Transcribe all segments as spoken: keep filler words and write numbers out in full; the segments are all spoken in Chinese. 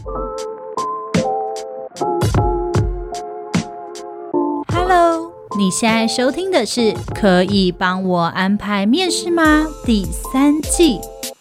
Hello， 你现在收听的是《可以帮我安排面试吗》第三季。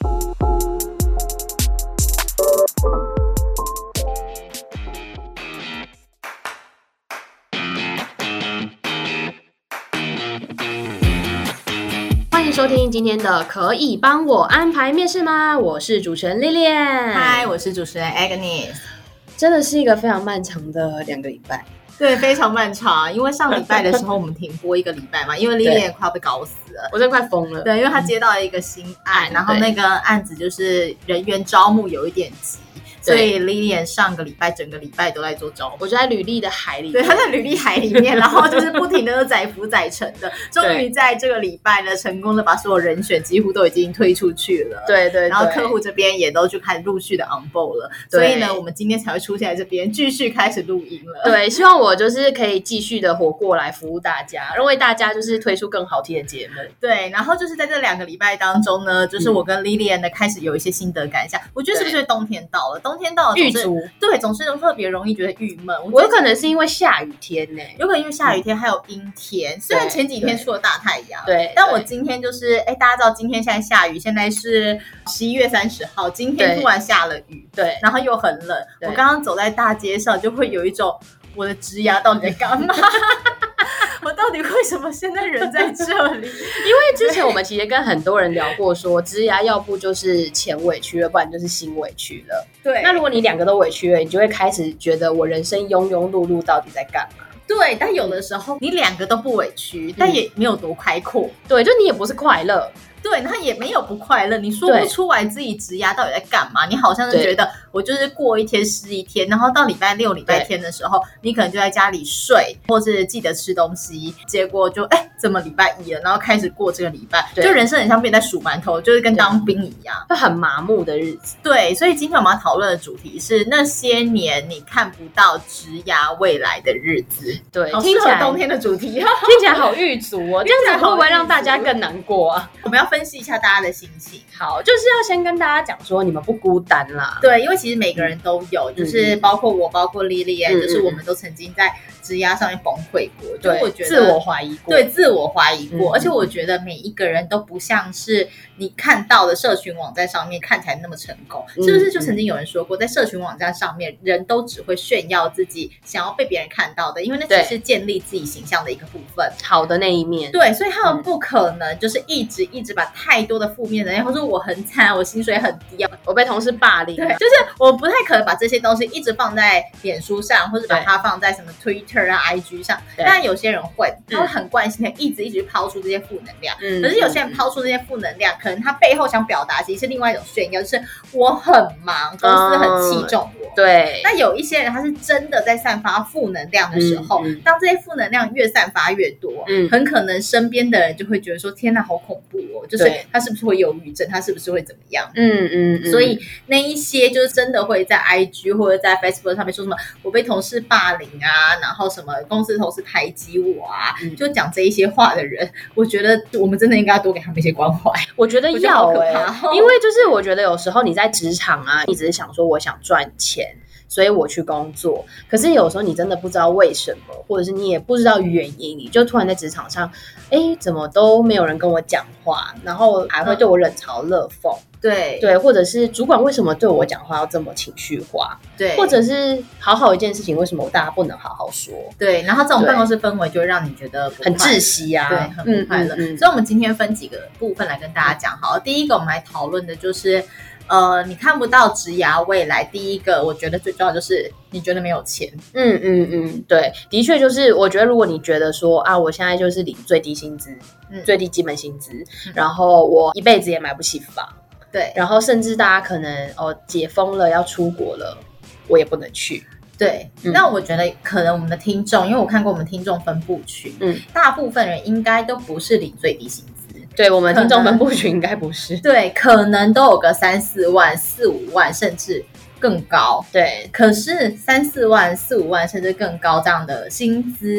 欢迎收听今天的可以帮我安排面试吗？我是主持人丽丽。 嗨，我是主持人 Agnes。 真的是一个非常漫长的两个礼拜。 对，非常漫长，因为上礼拜的时候我们停播一个礼拜嘛，因为丽丽快要被搞死了， 我真的快疯了。 对，因为她接到了一个新案，嗯、然后那个案子就是人员招募有一点急。所以 Lilian 上个礼拜整个礼拜都在做招募， 我就在履历的海里面， 对，她在履历海里面，然后就是不停的载浮载沉的，终于在这个礼拜呢，成功的把所有人选几乎都已经推出去了， 对 对, 对， 然后客户这边也都就开始陆续的 on board 了，所以呢，我们今天才会出现在这边，继续开始录音了。 对，希望我就是可以继续的活过来服务大家，为大家就是推出更好听的节目。 对，然后就是在这两个礼拜当中呢，就是我跟 Lilian 呢开始有一些心得感想，我觉得是不是冬天到了？冬天到了， 郁卒。 对，总是特别容易觉得郁闷。 我有可能是因为下雨天呢、欸， 有可能因为下雨天还有阴天。虽然前几天出了大太阳， 对， 但我今天就是，哎，大家知道今天现在下雨，现在是十一月三十号，今天突然下了雨， 对， 然后又很冷。我刚刚走在大街上，就会有一种我的职涯到底在干嘛？我到底为什么现在人在这里？因为之前我们其实跟很多人聊过说，职涯要不就是钱委屈了，不然就是心委屈了。 对， 那如果你两个都委屈了，你就会开始觉得我人生庸庸碌碌到底在干嘛？ 对，但有的时候你两个都不委屈，嗯、但也没有多开阔。 对，就你也不是快乐。 对，他也没有不快乐，你说不出来自己职涯到底在干嘛，你好像是觉得我就是过一天是一天，然后到礼拜六礼拜天的时候，你可能就在家里睡或是记得吃东西，结果就哎怎么礼拜一了，然后开始过这个礼拜，就人生很像变在数馒头，就是跟当兵一样， 就很麻木的日子。 对，所以今天我们要讨论的主题是那些年你看不到职涯未来的日子。 对， 好适合冬天的主题，听起来好郁卒哦，这样子会不会让大家更难过啊？ 我们要分析一下大家的心情。 好，就是要先跟大家讲说你们不孤单啦。 对，因为其实每个人都有，嗯、就是包括我，包括 Lilian，、嗯、就是我们都曾经在职涯上面崩溃过， 对， 就我觉得自我怀疑过， 对，自我怀疑过、嗯，而且我觉得每一个人都不像是你看到的社群网站上面看起来那么成功，嗯、是不是？就曾经有人说过，在社群网站上面，人都只会炫耀自己想要被别人看到的，因为那只是建立自己形象的一个部分， 好的那一面。 对，所以他们不可能就是一直一直把太多的负面的，或者说我很惨，我薪水很低啊， 我被同事霸凌， 对，就是我不太可能把这些东西一直放在脸书上，或者把它放在什么 Twitter 啊、I G 上。当然有些人会，他会很惯性的一直一直抛出这些负能量。嗯，可是有些人抛出这些负能量，可能他背后想表达其实是另外一种炫耀，就是我很忙，公司很器重我。 嗯、对。 那有一些人他是真的在散发负能量的时候，嗯嗯、当这些负能量越散发越多，嗯，很可能身边的人就会觉得说：天哪，好恐怖哦！就是他是不是会忧郁症？他是不是会怎么样？ 嗯嗯嗯。 所以那一些就是真的会在 I G 或者在 Facebook 上面说什么我被同事霸凌啊，然后什么公司同事排挤我啊，嗯、就讲这一些话的人，我觉得我们真的应该要多给他们一些关怀。 我觉得要哎、欸，因为就是我觉得有时候你在职场啊，你只是想说我想赚钱，所以我去工作，可是有时候你真的不知道为什么，或者是你也不知道原因，你就突然在职场上，哎，怎么都没有人跟我讲话，然后还会对我冷嘲热讽。嗯对对，或者是主管为什么对我讲话要这么情绪化？ 对， 或者是好好一件事情，为什么大家不能好好说？ 对，然后这种办公室氛围就会让你觉得很窒息啊， 对，很不快乐、嗯嗯嗯。所以，我们今天分几个部分来跟大家讲。好，第一个我们来讨论的就是，呃，你看不到职涯未来。第一个，我觉得最重要就是你觉得没有钱。 嗯嗯嗯，对，的确就是，我觉得如果你觉得说啊，我现在就是领最低薪资、嗯、最低基本薪资、嗯，然后我一辈子也买不起房。 对， 然后甚至大家可能哦解封了要出国了，我也不能去。 对，嗯、那我觉得可能我们的听众，因为我看过我们听众分布群，嗯，大部分人应该都不是领最低薪资。 对，我们听众分布群应该不是。 对，可能都有个三四万、四五万，甚至更高。 对， 可是三四万、四五万甚至更高这样的薪资，在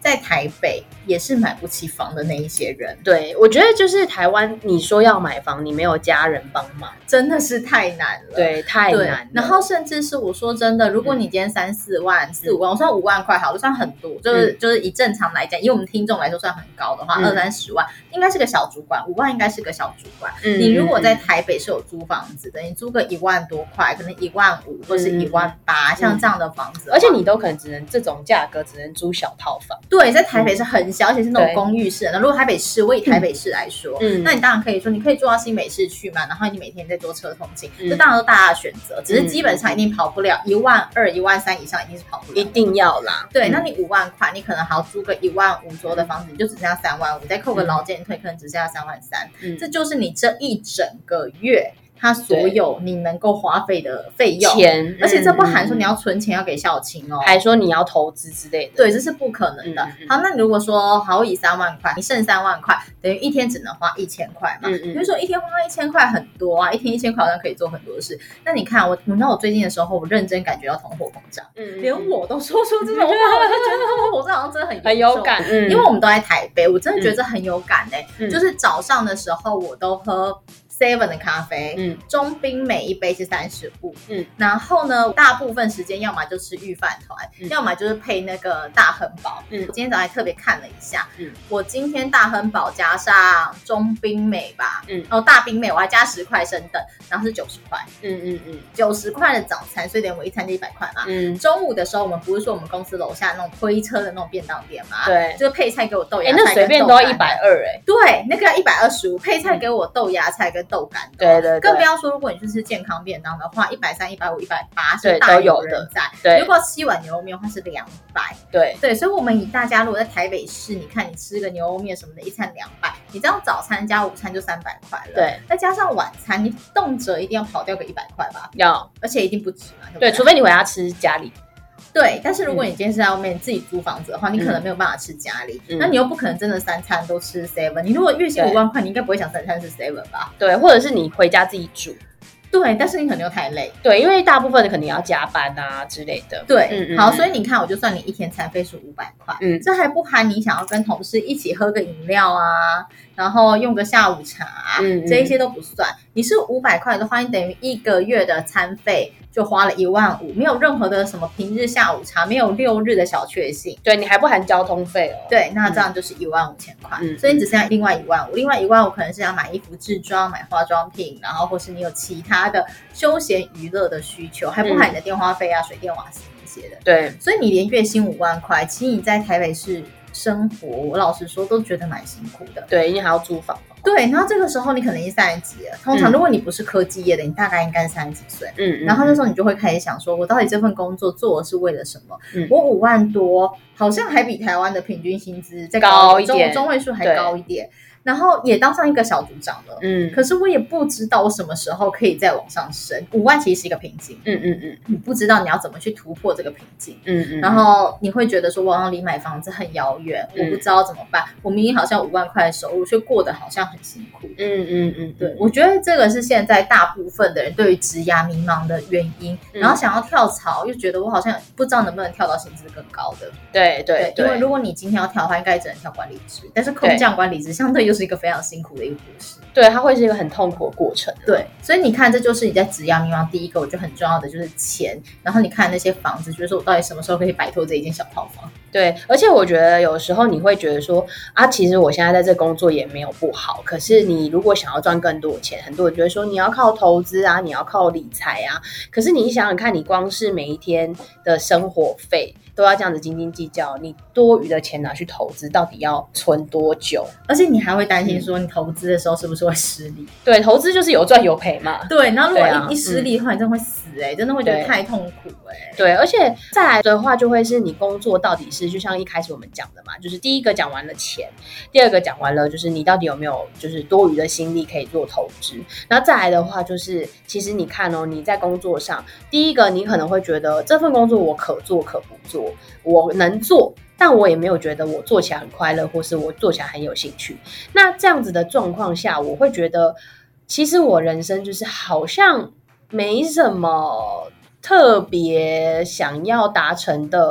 在台北也是买不起房的那一些人。 对，我觉得就是台湾，你说要买房，你没有家人帮忙， 真的是太难了。 对，太难了。 然后甚至是我说真的，如果你今天三四万、嗯、四五万，我算五万块好了，算很多，就是、嗯、就是以正常来讲，以我们听众来说算很高的话，二三十万应该是个小主管，五万应该是个小主管。嗯、你如果在台北是有租房子的，你租个一万多块，可能一万五或是一万八、嗯，像这样的房子， 而且你都可能只能这种价格只能租小套房。 对，在台北是很小，而且是那种公寓式的。如果台北市，我以台北市来说，嗯，那你当然可以说，你可以坐到新北市去嘛，然后你每天在坐车通勤，嗯、这当然都大家的选择，只是基本上一定跑不了一万二、一万三以上，一定是跑不了， 一定要啦。 对， 嗯、 那你五万块，你可能还要租个一万五左右的房子，你就只剩下三万五，再扣个劳健退，可能只剩下三万三，嗯，这就是你这一整个月。它所有你能够花费的费用钱， 而且这不含说你要存钱要给孝亲哦， 还说你要投资之类的， 对，这是不可能的。嗯嗯、好，那你如果说好，我以三万块，你剩三万块，等于一天只能花一千块嘛？嗯嗯，比如说一天花一千块很多啊，一天一千块好像可以做很多事。那你看我，你知道我最近的时候，我认真感觉到通货膨胀，嗯，连我都说出这种话，我就觉得通货膨胀好像真的很很有感，嗯， 因为我们都在台北，我真的觉得这很有感哎、欸嗯，就是早上的时候我都喝。seven 的咖啡，嗯，中冰美一杯是三十五，嗯，然后呢，大部分时间要么就吃御饭团，嗯、要么就是配那个大亨堡，嗯，我今天早上还特别看了一下，嗯，我今天大亨堡加上中冰美吧，嗯，然后大冰美我还加十块升等，然后是九十块，嗯嗯嗯，九十块的早餐，所以等于我一餐就一百块嘛，嗯，中午的时候我们不是说我们公司楼下那种推车的那种便当店嘛，对，就是配菜给我豆芽菜， 哎，那随便都要一百二哎， 对，那个要一百二十五，配菜给我豆芽菜跟豆干， 对对对， 更不要说如果你去吃健康便当的话，一百三、一百五、一百八是大有人在。对，如果七碗牛肉面的话是两百。 对对，所以我们以大家如果在台北市，你看你吃个牛肉面什么的，一餐两百，你这样早餐加午餐就三百块了。对，再加上晚餐，你动辄一定要跑掉个一百块吧？ 要， 而且一定不止嘛。 对，除非你回家吃家里。 对，但是如果你今天是在外面自己租房子的话，嗯、你可能没有办法吃家里，嗯、那你又不可能真的三餐都吃 seven。你如果月薪五万块，你应该不会想三餐吃 seven 吧？ 对，或者是你回家自己煮。 对，但是你可能又太累。 对，因为大部分的可能要加班啊之类的。 对，嗯嗯好，所以你看，我就算你一天餐费是五百块，嗯，这还不含你想要跟同事一起喝个饮料啊，然后用个下午茶，嗯，这一些都不算。你是五百块的话，你等于一个月的餐费就花了一万五，没有任何的什么平日下午茶，没有六日的小确幸， 对你还不含交通费哦。 对，那这样就是一万五千块，嗯，所以你只剩下另外一万五，另外一万五可能是要买衣服、制装、买化妆品，然后或是你有其他的休闲娱乐的需求，还不含你的电话费啊、水电瓦斯那些的。对，所以你连月薪五万块，其实你在台北市生活，我老实说都觉得蛮辛苦的。 对，因为还要租房。 对，然后这个时候你可能已经三十几了。通常如果你不是科技业的，你大概应该是三十几岁。嗯，然后那时候你就会开始想说，我到底这份工作做的是为了什么？嗯，我五万多，好像还比台湾的平均薪资再高一点，中中位数还高一点。然后也当上一个小组长了，嗯，可是我也不知道我什么时候可以再往上升。五万其实是一个瓶颈，嗯嗯嗯，你不知道你要怎么去突破这个瓶颈，嗯嗯，然后你会觉得说，我好像离买房子很遥远，嗯、我不知道怎么办。我明明好像五万块的收入，却过得好像很辛苦，嗯嗯嗯，对，我觉得这个是现在大部分的人对于职涯迷茫的原因，嗯、然后想要跳槽，又觉得我好像不知道能不能跳到薪资更高的， 对对 对, 对， 因为如果你今天要跳的话，应该只能跳管理职，但是空降管理职相对又是一个非常辛苦的一个故事， 对，它会是一个很痛苦的过程。 对，所以你看，这就是你在职涯迷茫第一个，我觉得很重要的就是钱。然后你看那些房子，就是说我到底什么时候可以摆脱这一间小套房？ 对，而且我觉得有时候你会觉得说啊，其实我现在在这工作也没有不好，可是你如果想要赚更多的钱，很多人就会说你要靠投资啊，你要靠理财啊。可是你想想看，你光是每一天的生活费都要这样子斤斤计较，你多余的钱拿去投资，到底要存多久？ 而且你还会担心说，你投资的时候是不是会失利？ 对，投资就是有赚有赔嘛。 对，然后如果 一,、啊、一失利的话，你真的会死哎、欸，真的会觉得太痛苦哎、欸。 对，而且再来的话，就会是你工作到底是，就像一开始我们讲的嘛，就是第一个讲完了钱，第二个讲完了就是你到底有没有就是多余的心力可以做投资，然后再来的话就是，其实你看哦，你在工作上，第一个你可能会觉得这份工作我可做可不做，我能做。但我也没有觉得我做起来很快乐，或是我做起来很有兴趣。那这样子的状况下，我会觉得，其实我人生就是好像没什么特别想要达成的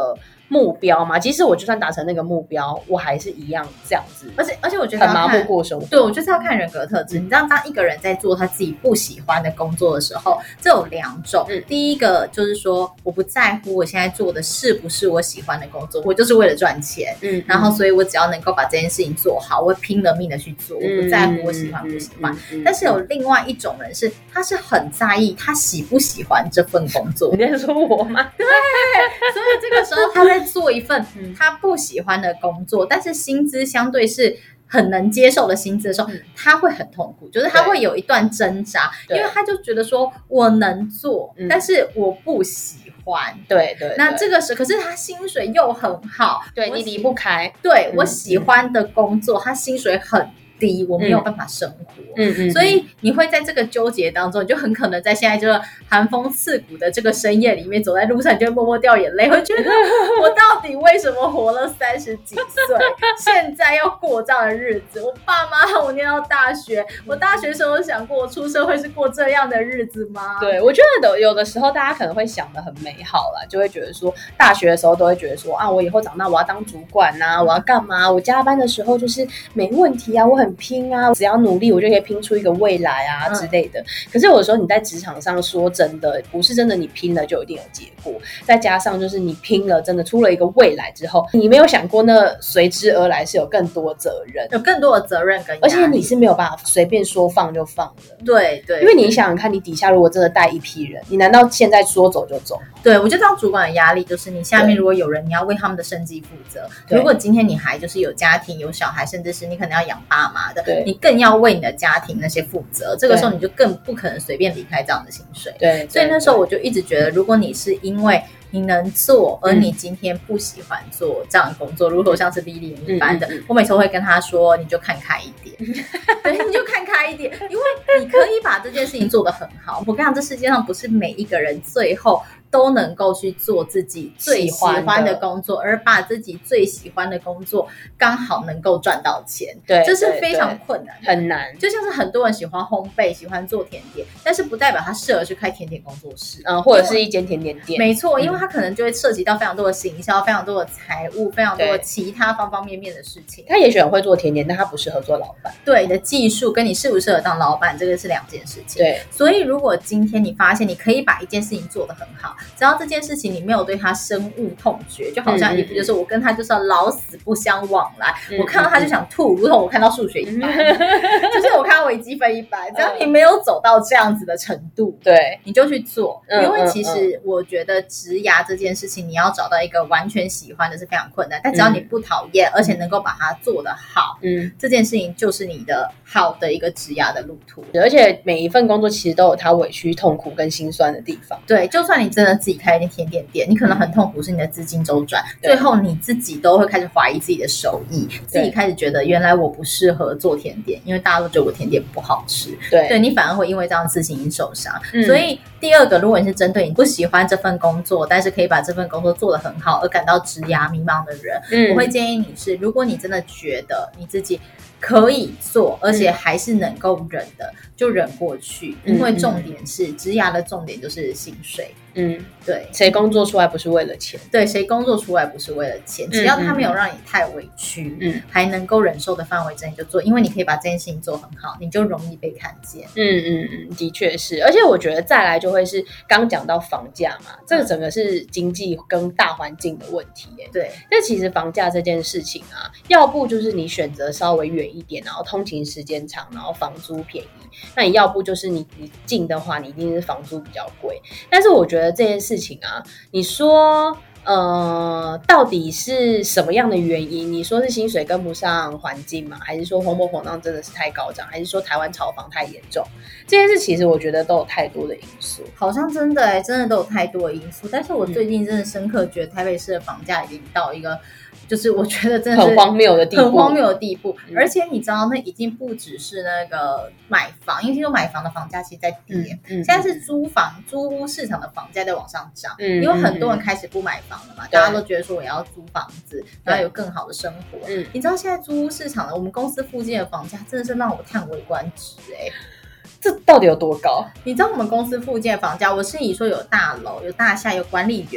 目标嘛，即使我就算达成那个目标，我还是一样这样子， 而且而且我觉得很麻木过生活。 对，我就是要看人格特质。你知道，当一个人在做他自己不喜欢的工作的时候，这有两种。嗯、第一个就是说，我不在乎我现在做的是不是我喜欢的工作，我就是为了赚钱。嗯，然后所以我只要能够把这件事情做好，我会拼了命的去做，我不在乎我喜欢不喜欢。嗯嗯嗯、但是有另外一种人是，他是很在意他喜不喜欢这份工作。 你在说我吗？ 对，所以这个时候他在做一份他不喜欢的工作，但是薪资相对是很能接受的薪资的时候，他会很痛苦，就是他会有一段挣扎，因为他就觉得说我能做，但是我不喜欢。 对 对, 对， 那这个是，可是他薪水又很好， 对你离不开。 对、嗯、我喜欢的工作，他薪水很低，我没有办法生活。嗯嗯，所以你会在这个纠结当中，你就很可能在现在就是寒风刺骨的这个深夜里面，走在路上，你就会默默掉眼泪，会觉得我到底为什么活了三十几岁，现在要过这样的日子？我爸妈让我念到大学，我大学时候想过，我出社会是过这样的日子吗？ 对，我觉得有的时候大家可能会想得很美好啦，就会觉得说，大学的时候都会觉得说啊，我以后长大我要当主管啊，我要干嘛？我加班的时候就是没问题啊，我很拼啊，只要努力我就可以拼出一个未来啊之类的。嗯、可是有的时候你在职场上说真的，不是真的你拼了就一定有结果。再加上就是你拼了，真的出了一个未来之后，你没有想过那随之而来是有更多责任， 有更多的责任跟压力， 而且你是没有办法随便说放就放的。 对对， 因为你想想看，你底下如果真的带一批人，你难道现在说走就走？ 对，我觉得当主管的压力就是你下面如果有人，你要为他们的生计负责。如果今天你还就是有家庭有小孩，甚至是你可能要养爸妈的，你更要为你的家庭那些负责。这个时候你就更不可能随便离开这样的薪水。对，所以那时候我就一直觉得，如果你是因为你能做，而你今天不喜欢做这样的工作，嗯、如果像是 Lily 一般的，嗯嗯嗯我每次会跟他说，你就看开一点，对，你就看开一点，因为你可以把这件事情做得很好。我跟你讲，这世界上不是每一个人最后都能够去做自己最喜欢的工作，而把自己最喜欢的工作刚好能够赚到钱，对，这是非常困难的， 很难。 就像是很多人喜欢烘焙，喜欢做甜点，但是不代表他适合去开甜点工作室， 嗯，或者是一间甜点店。 没错，因为他可能就会涉及到非常多的行销，非常多的财务，非常多的其他方方面面的事情。 他也许很会做甜点，但他不适合做老板。 对，你的技术跟你适不适合当老板，这个是两件事情。 对， 所以如果今天你发现你可以把一件事情做得很好，只要这件事情你没有对他深恶痛绝，就好像一副就是我跟他就是要老死不相往来，嗯、我看到他就想吐，如同我看到数学一般，嗯、就是我看到微积分一般。只要你没有走到这样子的程度， 对， 你就去做。嗯、因为其实我觉得职涯这件事情，你要找到一个完全喜欢的是非常困难，但只要你不讨厌，嗯、而且能够把它做得好，嗯，这件事情就是你的好的一个职涯的路途。 而且每一份工作其实都有它委屈、痛苦跟心酸的地方。 对，就算你真的自己开一间甜点店，你可能很痛苦是你的资金周转，最后你自己都会开始怀疑自己的手艺，自己开始觉得原来我不适合做甜点，因为大家都觉得我甜点不好吃。对，对你反而会因为这样的事情受伤。嗯、所以第二个，如果你是针对你不喜欢这份工作，但是可以把这份工作做得很好而感到职涯迷茫的人，嗯、我会建议你是，如果你真的觉得你自己可以做，而且还是能够忍的，嗯、就忍过去。因为重点是职涯的重点就是薪水。嗯，对， 谁工作出来不是为了钱？ 对，谁工作出来不是为了钱？只要他没有让你太委屈，嗯，还能够忍受的范围之内就做，因为你可以把这件事情做很好，你就容易被看见。 嗯嗯嗯，的确是。而且我觉得再来就会是刚讲到房价嘛，这个整个是经济跟大环境的问题耶。 对， 但其实房价这件事情啊，要不就是你选择稍微远一点，然后通勤时间长，然后房租便宜。那你要不就是你你近的话，你一定是房租比较贵。但是我觉得这件事情啊，你说呃，到底是什么样的原因？你说是薪水跟不上环境吗？还是说通货膨胀真的是太高涨？还是说台湾炒房太严重？这件事其实我觉得都有太多的因素， 好像真的哎，真的都有太多的因素。但是我最近真的深刻觉得台北市的房价已经到一个。就是我觉得真的是很荒谬的地步， 很荒谬的地步。嗯、而且你知道，那已经不只是那个买房，因为听说买房的房价其实在跌，嗯嗯、现在是租房、租屋市场的房价在往上涨，嗯、因为很多人开始不买房了嘛，嗯、大家都觉得说我要租房子，然后有更好的生活。嗯、你知道现在租屋市场的，我们公司附近的房价真的是让我叹为观止哎、欸。 这到底有多高？ 你知道我们公司附近的房价，我是以说有大楼、有大厦、有管理员。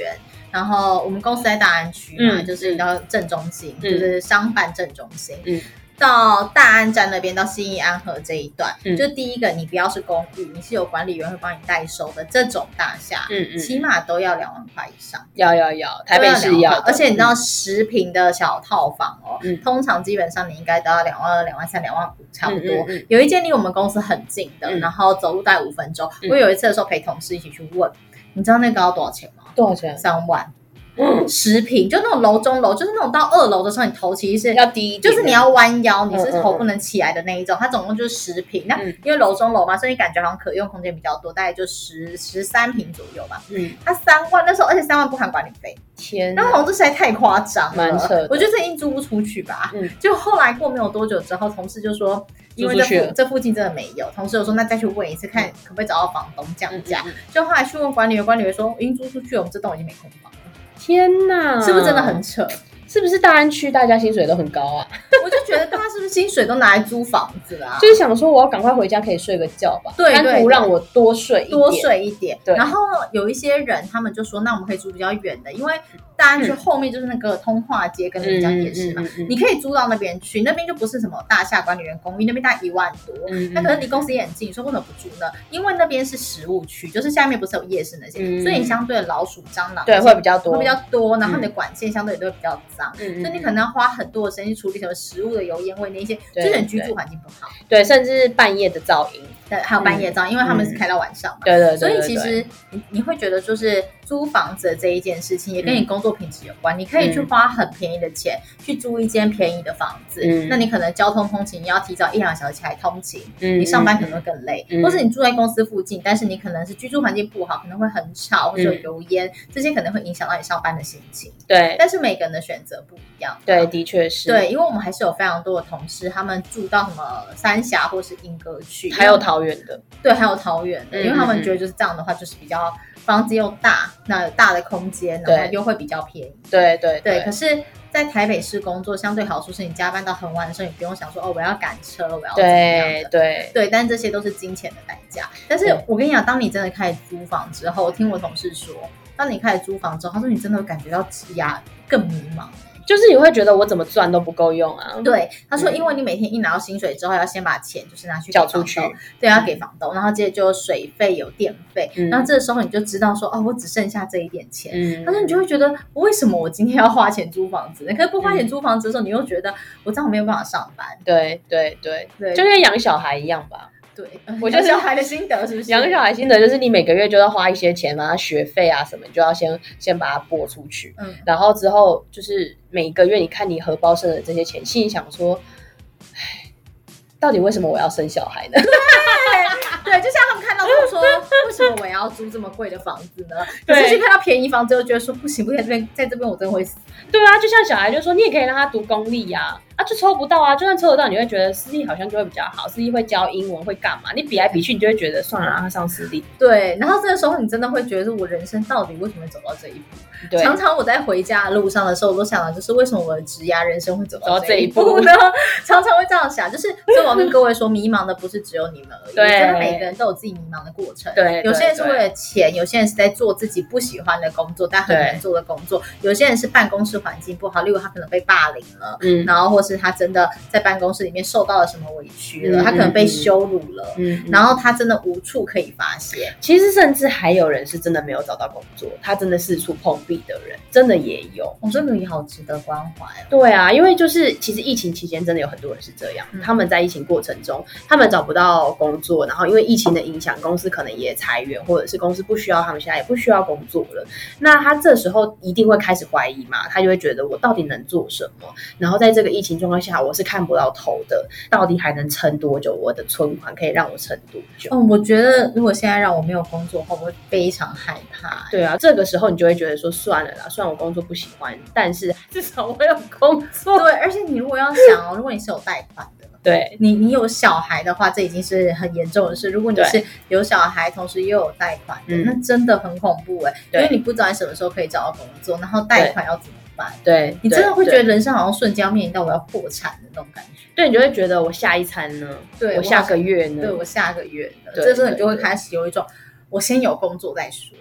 然后我们公司在大安区嘛， 嗯、 就是到正中心， 嗯、 就是商办正中心。 嗯， 到大安站那边到信义安和这一段， 嗯、 就第一个你不要是公寓，你是有管理员会帮你代收的这种大厦，嗯嗯，起码都要两万块以上。 要要要，台北市要， 而且你知道十坪的小套房哦， 嗯、 通常基本上你应该都要两万二、两万三、两万五差不多。 嗯嗯嗯、 有一间离我们公司很近的， 嗯、 然后走路大概五分钟。 嗯、 我有一次的时候陪同事一起去问，你知道那个要多少钱吗？ 多少钱？ 三万。十坪就那种楼中楼，就是那种到二楼的时候，你头其实是要低一点， 就是你要弯腰，你是头不能起来的那一种。嗯嗯嗯，它总共就是十坪，那因为楼中楼嘛，所以感觉好像可用空间比较多，大概就十十三坪左右吧。嗯，它三万那时候，而且三万不含管理费。 天， 然后好像这实在太夸张了， 蛮扯的。 我觉得这已经租不出去吧。嗯，就后来过没有多久之后，同事就说，因为这附这附近真的没有，同事就说那再去问一次，看可不可以找到房东降价。嗯嗯嗯，就后来去问管理员，管理员说已经租出去了，我们这栋已经没空房了。 天哪， 是不是真的很扯？ 是不是大安区大家薪水都很高啊？ 我就觉得大家是不是薪水都拿来租房子啊？ 就是想说我要赶快回家可以睡个觉吧， 对， 单独让我多睡一点， 多睡一点。 对。 然后有一些人他们就说，那我们可以租比较远的，因为大安区后面就是那个通化街跟临江夜市嘛，嗯嗯嗯嗯，你可以租到那边去，那边就不是什么大厦管理员公寓，那边大概一万多，嗯嗯，那可能离公司也很近，说为什么不住呢？因为那边是食物区，就是下面不是有夜市那些，嗯，所以你相对的老鼠、蟑螂对会比较多， 会比较多，然后你的管线相对也都会比较脏，嗯，所以你可能要花很多的时间去处理什么食物的油烟味那些，就是你居住环境不好， 对，甚至半夜的噪音。 对，还有半夜噪音，嗯，因为他们是开到晚上嘛， 对对对， 所以其实你你会觉得就是租房子的这一件事情也跟你工作品质有关，嗯，你可以去花很便宜的钱去租一间便宜的房子，嗯，那你可能交通通勤你要提早一两小时起来通勤，嗯，你上班可能会更累，嗯，或是你住在公司附近，但是你可能是居住环境不好，可能会很吵或者有油烟，嗯，这些可能会影响到你上班的心情， 对， 但是每个人的选择不一样， 对，的确是， 对，因为我们还是有非常多的同事，他们住到什么三峡或是莺歌区， 还有桃园的， 对，还有桃园的，因为他们觉得就是这样的话，就是比较房子又大，那有大的空间，然后又会比较便宜。 对对对, 对，可是，在台北市工作相对好处是你加班到很晚的时候，你不用想说哦，我要赶车，我要怎么样的。 对对对，但这些都是金钱的代价。但是我跟你讲，当你真的开始租房之后，我听我同事说，当你开始租房之后，他说你真的会感觉到职涯更迷茫。 就是你会觉得我怎么赚都不够用啊。 对，他说因为你每天一拿到薪水之后，要先把钱就是拿去缴出去， 对，要给房东，然后接着就有水费有电费，嗯，然后这个时候你就知道说哦，我只剩下这一点钱，嗯，他说你就会觉得为什么我今天要花钱租房子呢？可是不花钱租房子的时候，你又觉得我这样没有办法上班。 对对对对，就跟养小孩一样吧。 对，我觉得小孩的心得是不是？ 养小孩心得就是你每个月就要花一些钱嘛，学费啊什么，你就要先先把它拨出去，嗯，然后之后就是每个月你看你荷包剩的这些钱，心里想说，唉，到底为什么我要生小孩呢？ 对，就像他们看到他说，为什么我要租这么贵的房子呢？可是去看到便宜房子，就觉得说不行不行，这边在这边我真的会死。 对啊，就像小孩就说，你也可以让他读公立啊，啊就抽不到啊，就算抽得到，你会觉得私立好像就会比较好，私立会教英文会干嘛？你比来比去，你就会觉得算了，让他上私立。 对，然后这个时候你真的会觉得，我人生到底为什么会走到这一步？对，常常我在回家的路上的时候，我都想的就是为什么我的职涯人生会走到这一步呢？常常会这样想，就是所以我要跟各位说，迷茫的不是只有你们而已， 对， 真的每个人都有自己迷茫的过程。 对， 有些人是为了钱，有些人是在做自己不喜欢的工作，但很难做的工作；有些人是办公室环境不好，例如他可能被霸凌了，嗯，然后或是他真的在办公室里面受到了什么委屈了，嗯，他可能被羞辱了，嗯，然后他真的无处可以发泄。 其实甚至还有人是真的没有找到工作，他真的四处碰壁的人，真的也有。 哦，这个也好值得关怀哦。 对啊，因为就是其实疫情期间真的有很多人是这样，嗯，他们在疫情过程中，他们找不到工作，然后因为疫情的影响，公司可能也裁员，或者是公司不需要他们，现在也不需要工作了。那他这时候一定会开始怀疑嘛，他就会觉得我到底能做什么？然后在这个疫情状况下，我是看不到头的，到底还能撑多久？我的存款可以让我撑多久？ 嗯，我觉得如果现在让我没有工作的话，我会非常害怕。 对啊，这个时候你就会觉得说算了啦，虽然我工作不喜欢，但是至少我有工作。 对，而且你如果要想哦，如果你是有贷款的， 对， 你你有小孩的话，这已经是很严重的事。如果你是有小孩，同时又有贷款的，那真的很恐怖哎，因为你不知道你什么时候可以找到工作，然后贷款要怎么办？ 对， 你真的会觉得人生好像瞬间要面临到我要破产的那种感觉。 对，你就会觉得我下一餐呢？ 对， 我下个月呢？ 对，我下个月呢？这时候你就会开始有一种我先有工作再说。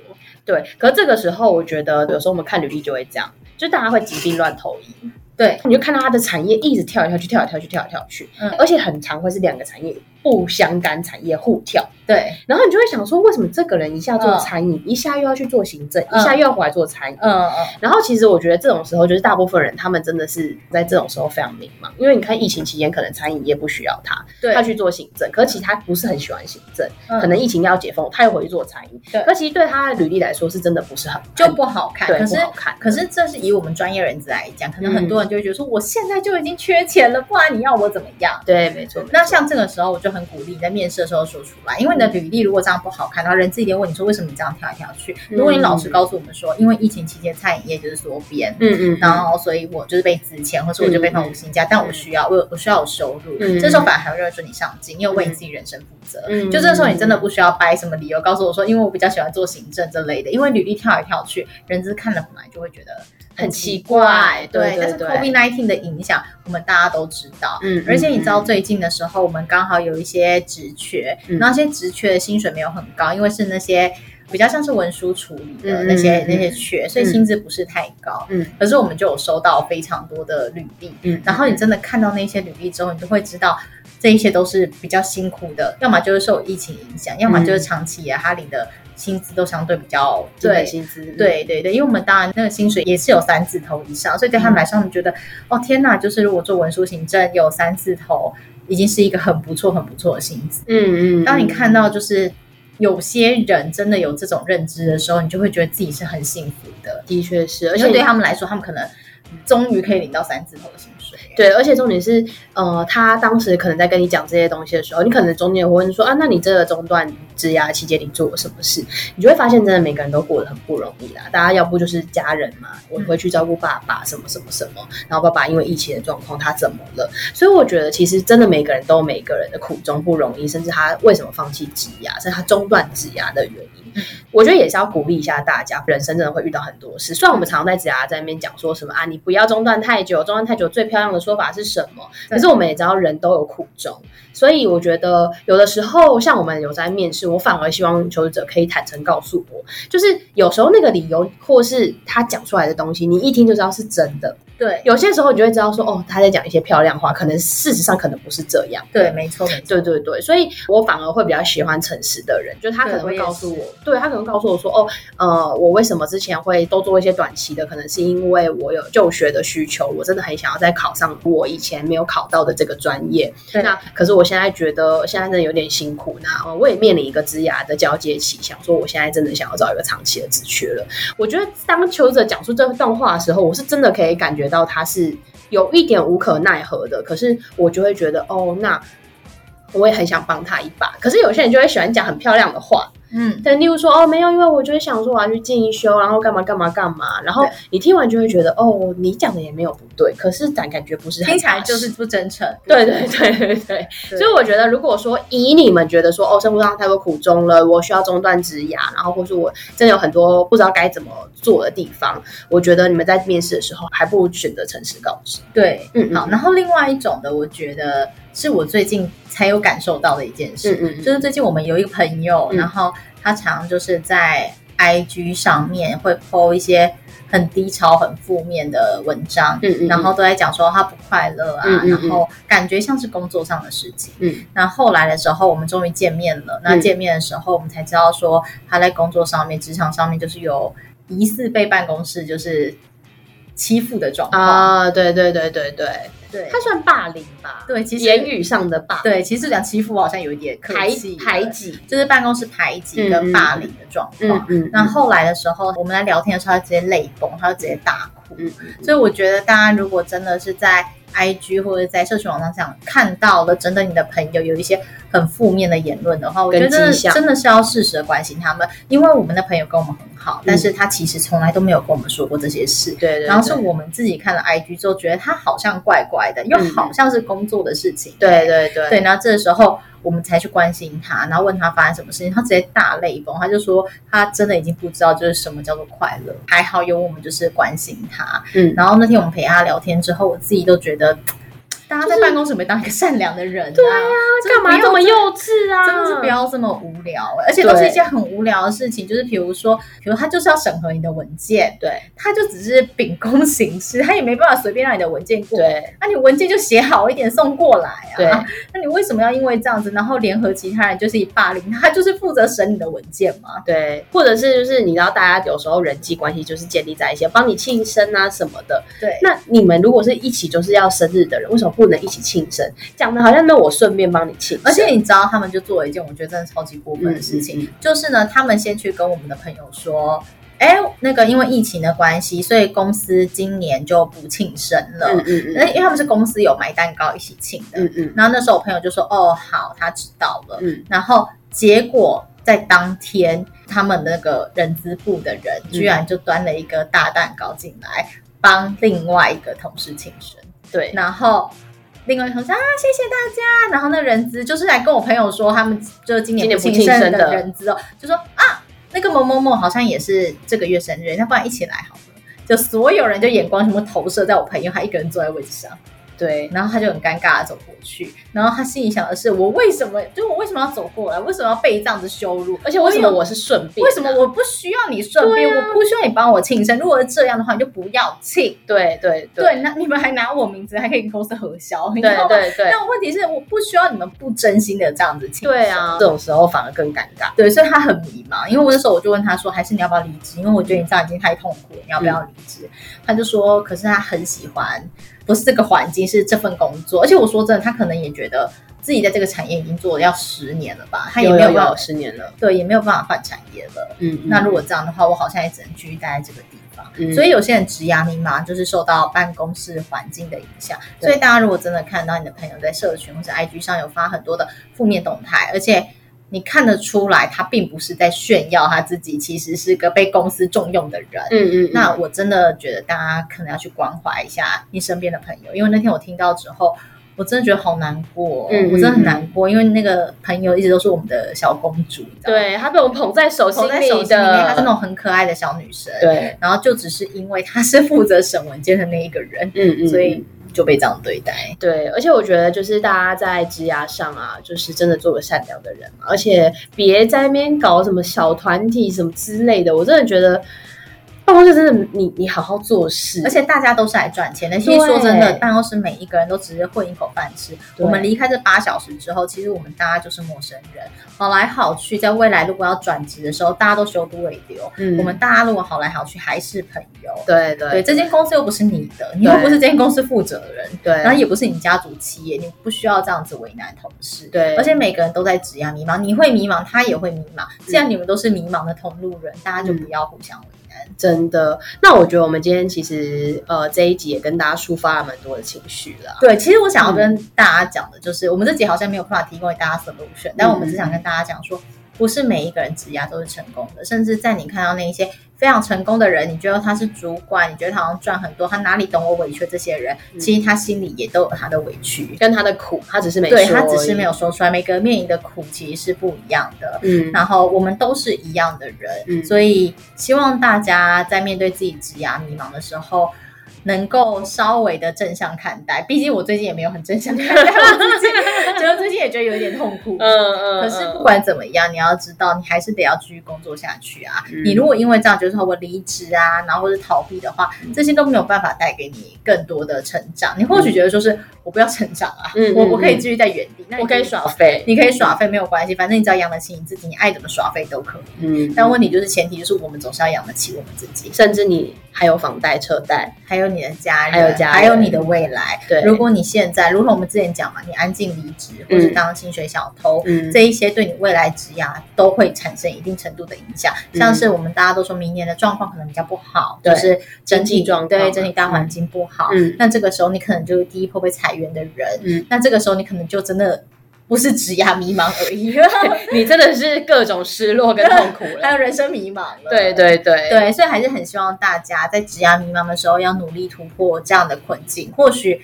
对，可是这个时候我觉得有时候我们看履历就会这样，就大家会疾病乱投医。 对， 你就看到他的产业一直跳来跳去，跳来跳去，跳来跳去，嗯，而且很常会是两个产业不相干产业互跳。 对， 然后你就会想说，为什么这个人一下做餐饮，嗯、一下又要去做行政，嗯、一下又要回来做餐饮？嗯嗯。然后其实我觉得这种时候，就是大部分人他们真的是在这种时候非常迷茫，因为你看疫情期间，可能餐饮业不需要他，对，他去做行政，可是其实他不是很喜欢行政，嗯、可能疫情要解封，他又回去做餐饮，对。可其实对他的履历来说，是真的不是很就不好看， 对， 可是不好看。 可是这是以我们专业人士来讲，可能很多人就会觉得说，我现在就已经缺钱了，不然你要我怎么样？ 对，没错。 那像这个时候，我就很鼓励你在面试的时候说出来，因为你的履历如果这样不好看，然后人资一定问你说为什么你这样跳来跳去。如果你老实告诉我们说，因为疫情期间餐饮业就是缩编，嗯嗯，然后所以我就是被资遣，或是我就被放无薪假，但我需要我我需要有收入，嗯、这时候反而还会认为说你上进，你有为你自己人生负责。嗯、就这时候你真的不需要掰什么理由告诉我说，因为我比较喜欢做行政这类的，因为履历跳来跳去，人资看了本来就会觉得很奇怪，对，对对对，但是 COVID 十九 的影响，我们大家都知道，嗯，而且你知道最近的时候，我们刚好有一些职缺，嗯、然后那些职缺的薪水没有很高，因为是那些比较像是文书处理的那些、嗯、那些缺，所以薪资不是太高，嗯，可是我们就有收到非常多的履历，嗯，然后你真的看到那些履历之后，你就会知道这一些都是比较辛苦的，要么就是受疫情影响，要么就是长期啊，他领的薪资都相对比较对薪资， 对对对，因为我们当然那个薪水也是有三字头以上，所以对他们来说，他们觉得、嗯、哦天哪，就是如果做文书行政有三字头，已经是一个很不错很不错的薪资。嗯嗯，当你看到就是有些人真的有这种认知的时候，你就会觉得自己是很幸福的。 的确是， 而且对他们来说，他们可能终于可以领到三字头的薪水。 对，而且重点是，呃，他当时可能在跟你讲这些东西的时候，你可能中间会问说啊，那你这个中段职涯期间你做了什么事？你就会发现，真的每个人都过得很不容易啦。大家要不就是家人嘛，我会去照顾爸爸，什么什么什么，然后爸爸因为疫情的状况，他怎么了？所以我觉得，其实真的每个人都有每个人的苦衷不容易，甚至他为什么放弃职涯，甚至他中断职涯的原因。我觉得也是要鼓励一下大家，人生真的会遇到很多事。虽然我们常常在职涯在那边讲说什么啊，你不要中断太久，中断太久最漂亮的说法是什么？可是我们也知道人都有苦衷，所以我觉得有的时候像我们有在面试，我反而希望求职者可以坦诚告诉我，就是有时候那个理由或是他讲出来的东西，你一听就知道是真的。对，有些时候你就会知道说，哦，他在讲一些漂亮话，可能事实上可能不是这样。 对，没错，没错， 对对对，所以我反而会比较喜欢诚实的人，就是他可能会告诉我，对，他可能告诉我说，哦，呃，我为什么之前会都做一些短期的，可能是因为我有就学的需求，我真的很想要再考上我以前没有考到的这个专业。那可是我现在觉得现在真的有点辛苦，那、呃、我也面临一个职涯的交接期，想说我现在真的想要找一个长期的职缺了。我觉得当求职者讲出这段话的时候，我是真的可以感觉到他是有一点无可奈何的，可是我就会觉得哦，那我也很想帮他一把。可是有些人就会喜欢讲很漂亮的话，嗯，但例如说哦没有，因为我就会想说我要去进修，然后干嘛干嘛干嘛，然后你听完就会觉得哦，你讲的也没有不对，可是但感觉不是很听起来就是不真诚。 对对对对对，所以我觉得如果说以你们觉得说哦生活上太多苦衷了，我需要中断职涯，然后或是我真的有很多不知道该怎么做的地方，我觉得你们在面试的时候还不如选择诚实告知。 对，嗯，好。然后另外一种的，我觉得是我最近才有感受到的一件事，嗯嗯，就是最近我们有一个朋友，嗯、然后他常就是在 I G 上面会 po 一些很低潮、很负面的文章，嗯嗯，然后都在讲说他不快乐啊，嗯嗯嗯，然后感觉像是工作上的事情。嗯，那后来的时候，我们终于见面了。那见面的时候，我们才知道说他在工作上面、职场上面就是有疑似被办公室就是欺负的状况啊。对对对对对。 对， 他算霸凌吧？ 对，其实言语上的霸凌。 对，其实讲欺负好像有一点客气， 排挤， 就是办公室排挤跟霸凌的状况。嗯嗯。那后来的时候，我们来聊天的时候，他直接泪崩，他就直接大哭。嗯嗯。所以我觉得，大家如果真的是在 I G 或者在社群网站上看到了，真的你的朋友有一些很负面的言论的话，我觉得真的真的是要适时的关心他们，因为我们的朋友跟我们很好，但是他其实从来都没有跟我们说过这些事。对 对, 对。然后是我们自己看了 I G 之后，觉得他好像怪怪的，又好像是工作的事情。 对对对。 对，然后这个时候我们才去关心他，然后问他发生什么事情，他直接大泪崩，他就说他真的已经不知道就是什么叫做快乐。还好有我们就是关心他。嗯。然后那天我们陪他聊天之后，我自己都觉得大家在办公室没当一个善良的人啊？ 对啊，干嘛这么幼稚啊？ 真的是不要这么无聊、欸，而且都是一件很无聊的事情。就是比如说，比如他就是要审核你的文件， 对， 他就只是秉公行事，他也没办法随便让你的文件过。 对， 那你文件就写好一点送过来啊。 对， 那你为什么要因为这样子，然后联合其他人就是以霸凌他？就是负责审你的文件嘛？ 对，或者是就是你知道，大家有时候人际关系就是建立在一些帮你庆生啊什么的。 对， 那你们如果是一起就是要生日的人，为什么不能一起庆生？讲的好像那我顺便帮你庆生。 而且你知道，他们就做了一件我觉得真的超级过分的事情，嗯嗯嗯就是呢，他们先去跟我们的朋友说。哎，那个因为疫情的关系，所以公司今年就不庆生了。嗯嗯嗯，因为他们是公司有买蛋糕一起庆的。嗯嗯，然后那时候我朋友就说：“哦，好，他知道了。”嗯，然后结果在当天，他们那个人资部的人居然就端了一个大蛋糕进来，帮另外一个同事庆生。 对， 然后。另外一个同事啊，谢谢大家。然后那人资就是来跟我朋友说，他们就今年不庆生的人资哦，就说啊，那个某某某好像也是这个月生日，那不然一起来好了。就所有人就眼光全部投射在我朋友，他一个人坐在位置上。对，然后他就很尴尬的走过去，然后他心里想的是：我为什么？就我为什么要走过来？为什么要被这样子羞辱？ 而且为什么我是顺便、啊？ 为什么我不需要你顺便？啊、我不需要你帮我庆生。如果是这样的话，你就不要庆。 对对对, 对，那你们还拿我名字，还可以跟公司核销，你知道吗？ 对对对。 但问题是，我不需要你们不真心的这样子庆生。 对啊，这种时候反而更尴尬。 对，所以他很迷茫。因为我那时候我就问他说：“还是你要不要离职？因为我觉得你这样已经太痛苦了，你要不要离职？”嗯、他就说：“可是他很喜欢。”不是这个环境，是这份工作。而且我说真的，他可能也觉得自己在这个产业已经做了要十年了吧，他也没有办法十年了， 对，也没有办法换产业了。嗯, 嗯，那如果这样的话，我好像也只能继续待在这个地方。嗯、所以有些人职涯迷茫，就是受到办公室环境的影响。所以大家如果真的看到你的朋友在社群或者 I G 上有发很多的负面动态，而且你看得出来，他并不是在炫耀他自己，其实是个被公司重用的人。嗯 嗯, 嗯，那我真的觉得大家可能要去关怀一下你身边的朋友，因为那天我听到之后，我真的觉得好难过、哦。嗯, 嗯，我真的很难过，因为那个朋友一直都是我们的小公主， 对，她被我们捧在手心里的，捧在手心里面， 她是那种很可爱的小女生。 对， 然后就只是因为她是负责审文件的那一个人，嗯嗯，所以。就被这样对待。 对，而且我觉得就是大家在职涯上啊，就是真的做个善良的人嘛，而且别在那边搞什么小团体什么之类的，我真的觉得办公室真的你你好好做事， 而且大家都是来赚钱的。其实说真的，办公室每一个人都只是混一口饭吃。我们离开这八小时之后，其实我们大家就是陌生人，好来好去。在未来如果要转职的时候，大家都修都未丢、嗯。我们大家如果好来好去，还是朋友。 对 对, 对，这间公司又不是你的，你又不是这间公司负责人，对，然后也不是你家族企业，你不需要这样子为难同事。 对， 而且每个人都在职涯迷茫，你会迷茫，他也会迷茫。既然你们都是迷茫的同路人，大家就不要互相为难。 真的，那我觉得我们今天其实呃这一集也跟大家抒发了蛮多的情绪啦。 对，其实我想要跟大家讲的就是，嗯、我们这集好像没有办法提供给大家 solution，、嗯、但我们只想跟大家讲说，不是每一个人职涯都是成功的，甚至在你看到那一些非常成功的人，你觉得他是主管，你觉得他好像赚很多，他哪里懂我委屈？这些人、嗯、其实他心里也都有他的委屈跟他的苦，他只是没说， 对，他只是没有说出来。每个人面临的苦其实是不一样的，嗯，然后我们都是一样的人，嗯，所以希望大家在面对自己职涯迷茫的时候，能够稍微的正向看待。毕竟我最近也没有很正向看待我自己，觉得最近也觉得有一点痛苦。嗯嗯。可是不管怎么样，你要知道，你还是得要继续工作下去啊。嗯、你如果因为这样就是我离职啊，然后或是逃避的话，这些都没有办法带给你更多的成长。你或许觉得说是、嗯、我不要成长啊，嗯、我我可以继续在原地，那我可以耍废， 你可以耍废没有关系，反正你只要养得起你自己，你爱怎么耍废都可以。嗯。但问题就是前提就是我们总是要养得起我们自己， 甚至你还有房贷、车贷， 还有你的家人， 还有家人， 还有你的未来。 对， 如果你现在，如同我们之前讲嘛，你安静离职，或是当薪水小偷，嗯，这一些对你未来职涯都会产生一定程度的影响。嗯、像是我们大家都说明年的状况可能比较不好，就是整体状况， 对整体大环境不好。嗯，那这个时候你可能就是第一波被裁员的人。嗯，那这个时候你可能就真的不是职涯迷茫而已， 你真的是各种失落跟痛苦了， 还有人生迷茫了。 对对对对，所以还是很希望大家在职涯迷茫的时候要努力突破这样的困境。或许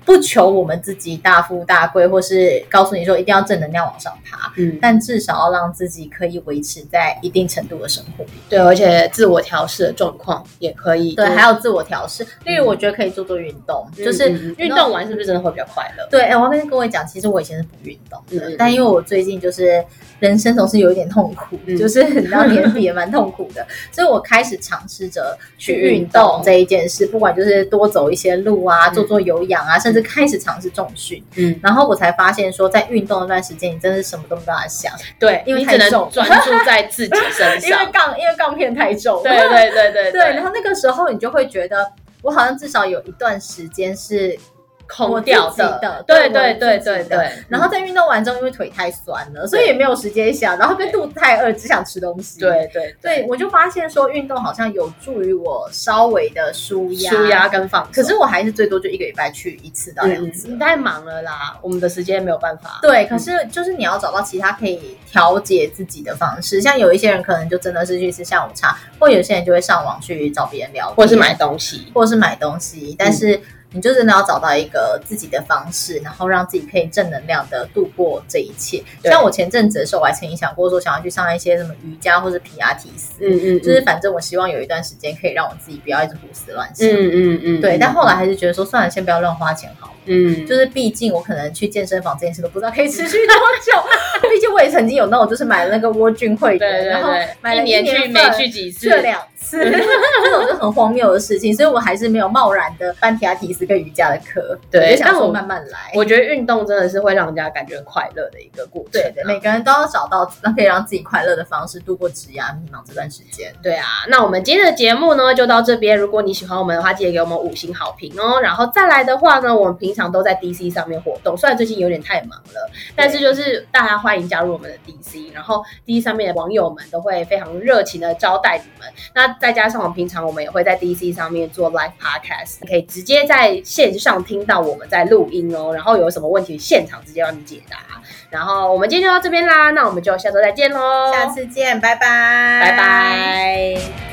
不求我们自己大富大贵，或是告诉你说一定要正能量往上爬，嗯，但至少要让自己可以维持在一定程度的生活。 对，而且自我调试的状况也可以。 对，还有自我调试。例如，我觉得可以做做运动，嗯、就是运动完是不是真的会比较快乐？ 对，哎，我要跟各位讲，其实我以前是不运动的，嗯、但因为我最近就是人生总是有一点痛苦，嗯、就是你知道年底也蛮痛苦的，所以我开始尝试着去运动这一件事，不管就是多走一些路啊，做做有氧啊，甚至开始尝试重训。嗯，然后我才发现说，在运动那段时间，你真的是什么都没办法想。 对，因为太重，专注在自己身上。 因为杠，因为杠片太重。 对对对对对, 对。然后那个时候，你就会觉得，我好像至少有一段时间是空掉的， 的对对对对对。 然后在运动完之后，因为腿太酸了，所以也没有时间想，然后跟肚子太饿，只想吃东西。 对对对，我就发现说，运动好像有助于我稍微的舒压、 舒压跟放松。 可是我还是最多就一个礼拜去一次到两次。 你太忙了啦，我们的时间没有办法。 对，可是就是你要找到其他可以调节自己的方式，像有一些人可能就真的是去吃下午茶，或有些人就会上网去找别人聊天， 或是买东西， 或是买东西，但是。你就真的要找到一个自己的方式，然后让自己可以正能量的度过这一切。像我前阵子的时候，我还曾经想过说，想要去上一些什么瑜伽或者皮拉提斯，嗯 嗯, 嗯，就是反正我希望有一段时间可以让我自己不要一直胡思乱想，嗯嗯嗯，对。但后来还是觉得说，算了，先不要乱花钱好了，嗯，就是毕竟我可能去健身房这件事都不知道可以持续多久。毕竟我也曾经有那种就是买了那个沃俊会员， 对对对，然后买了一年去没去几次， 去了两次，这种就很荒谬的事情，所以我还是没有贸然的办皮拉提斯跟瑜伽的课，对，想说慢慢来。 我觉得运动真的是会让人家感觉快乐的一个过程， 对对，每个人都要找到可以让自己快乐的方式，度过职涯迷茫这段时间。 对啊，那我们今天的节目呢就到这边。如果你喜欢我们的话，记得给我们五星好评哦。然后再来的话呢，我们平常都在 D C 上面活动，虽然最近有点太忙了，但是就是大家欢迎加入我们的 D C， 然后 D C 上面的网友们都会非常热情的招待你们。那再加上我们平常我们也会在 D C 上面做 live podcast， 你可以直接在线上听到我们在录音哦，然后有什么问题现场直接帮你解答。然后我们今天就到这边啦，那我们就下周再见咯， 下次见，拜拜， 拜拜。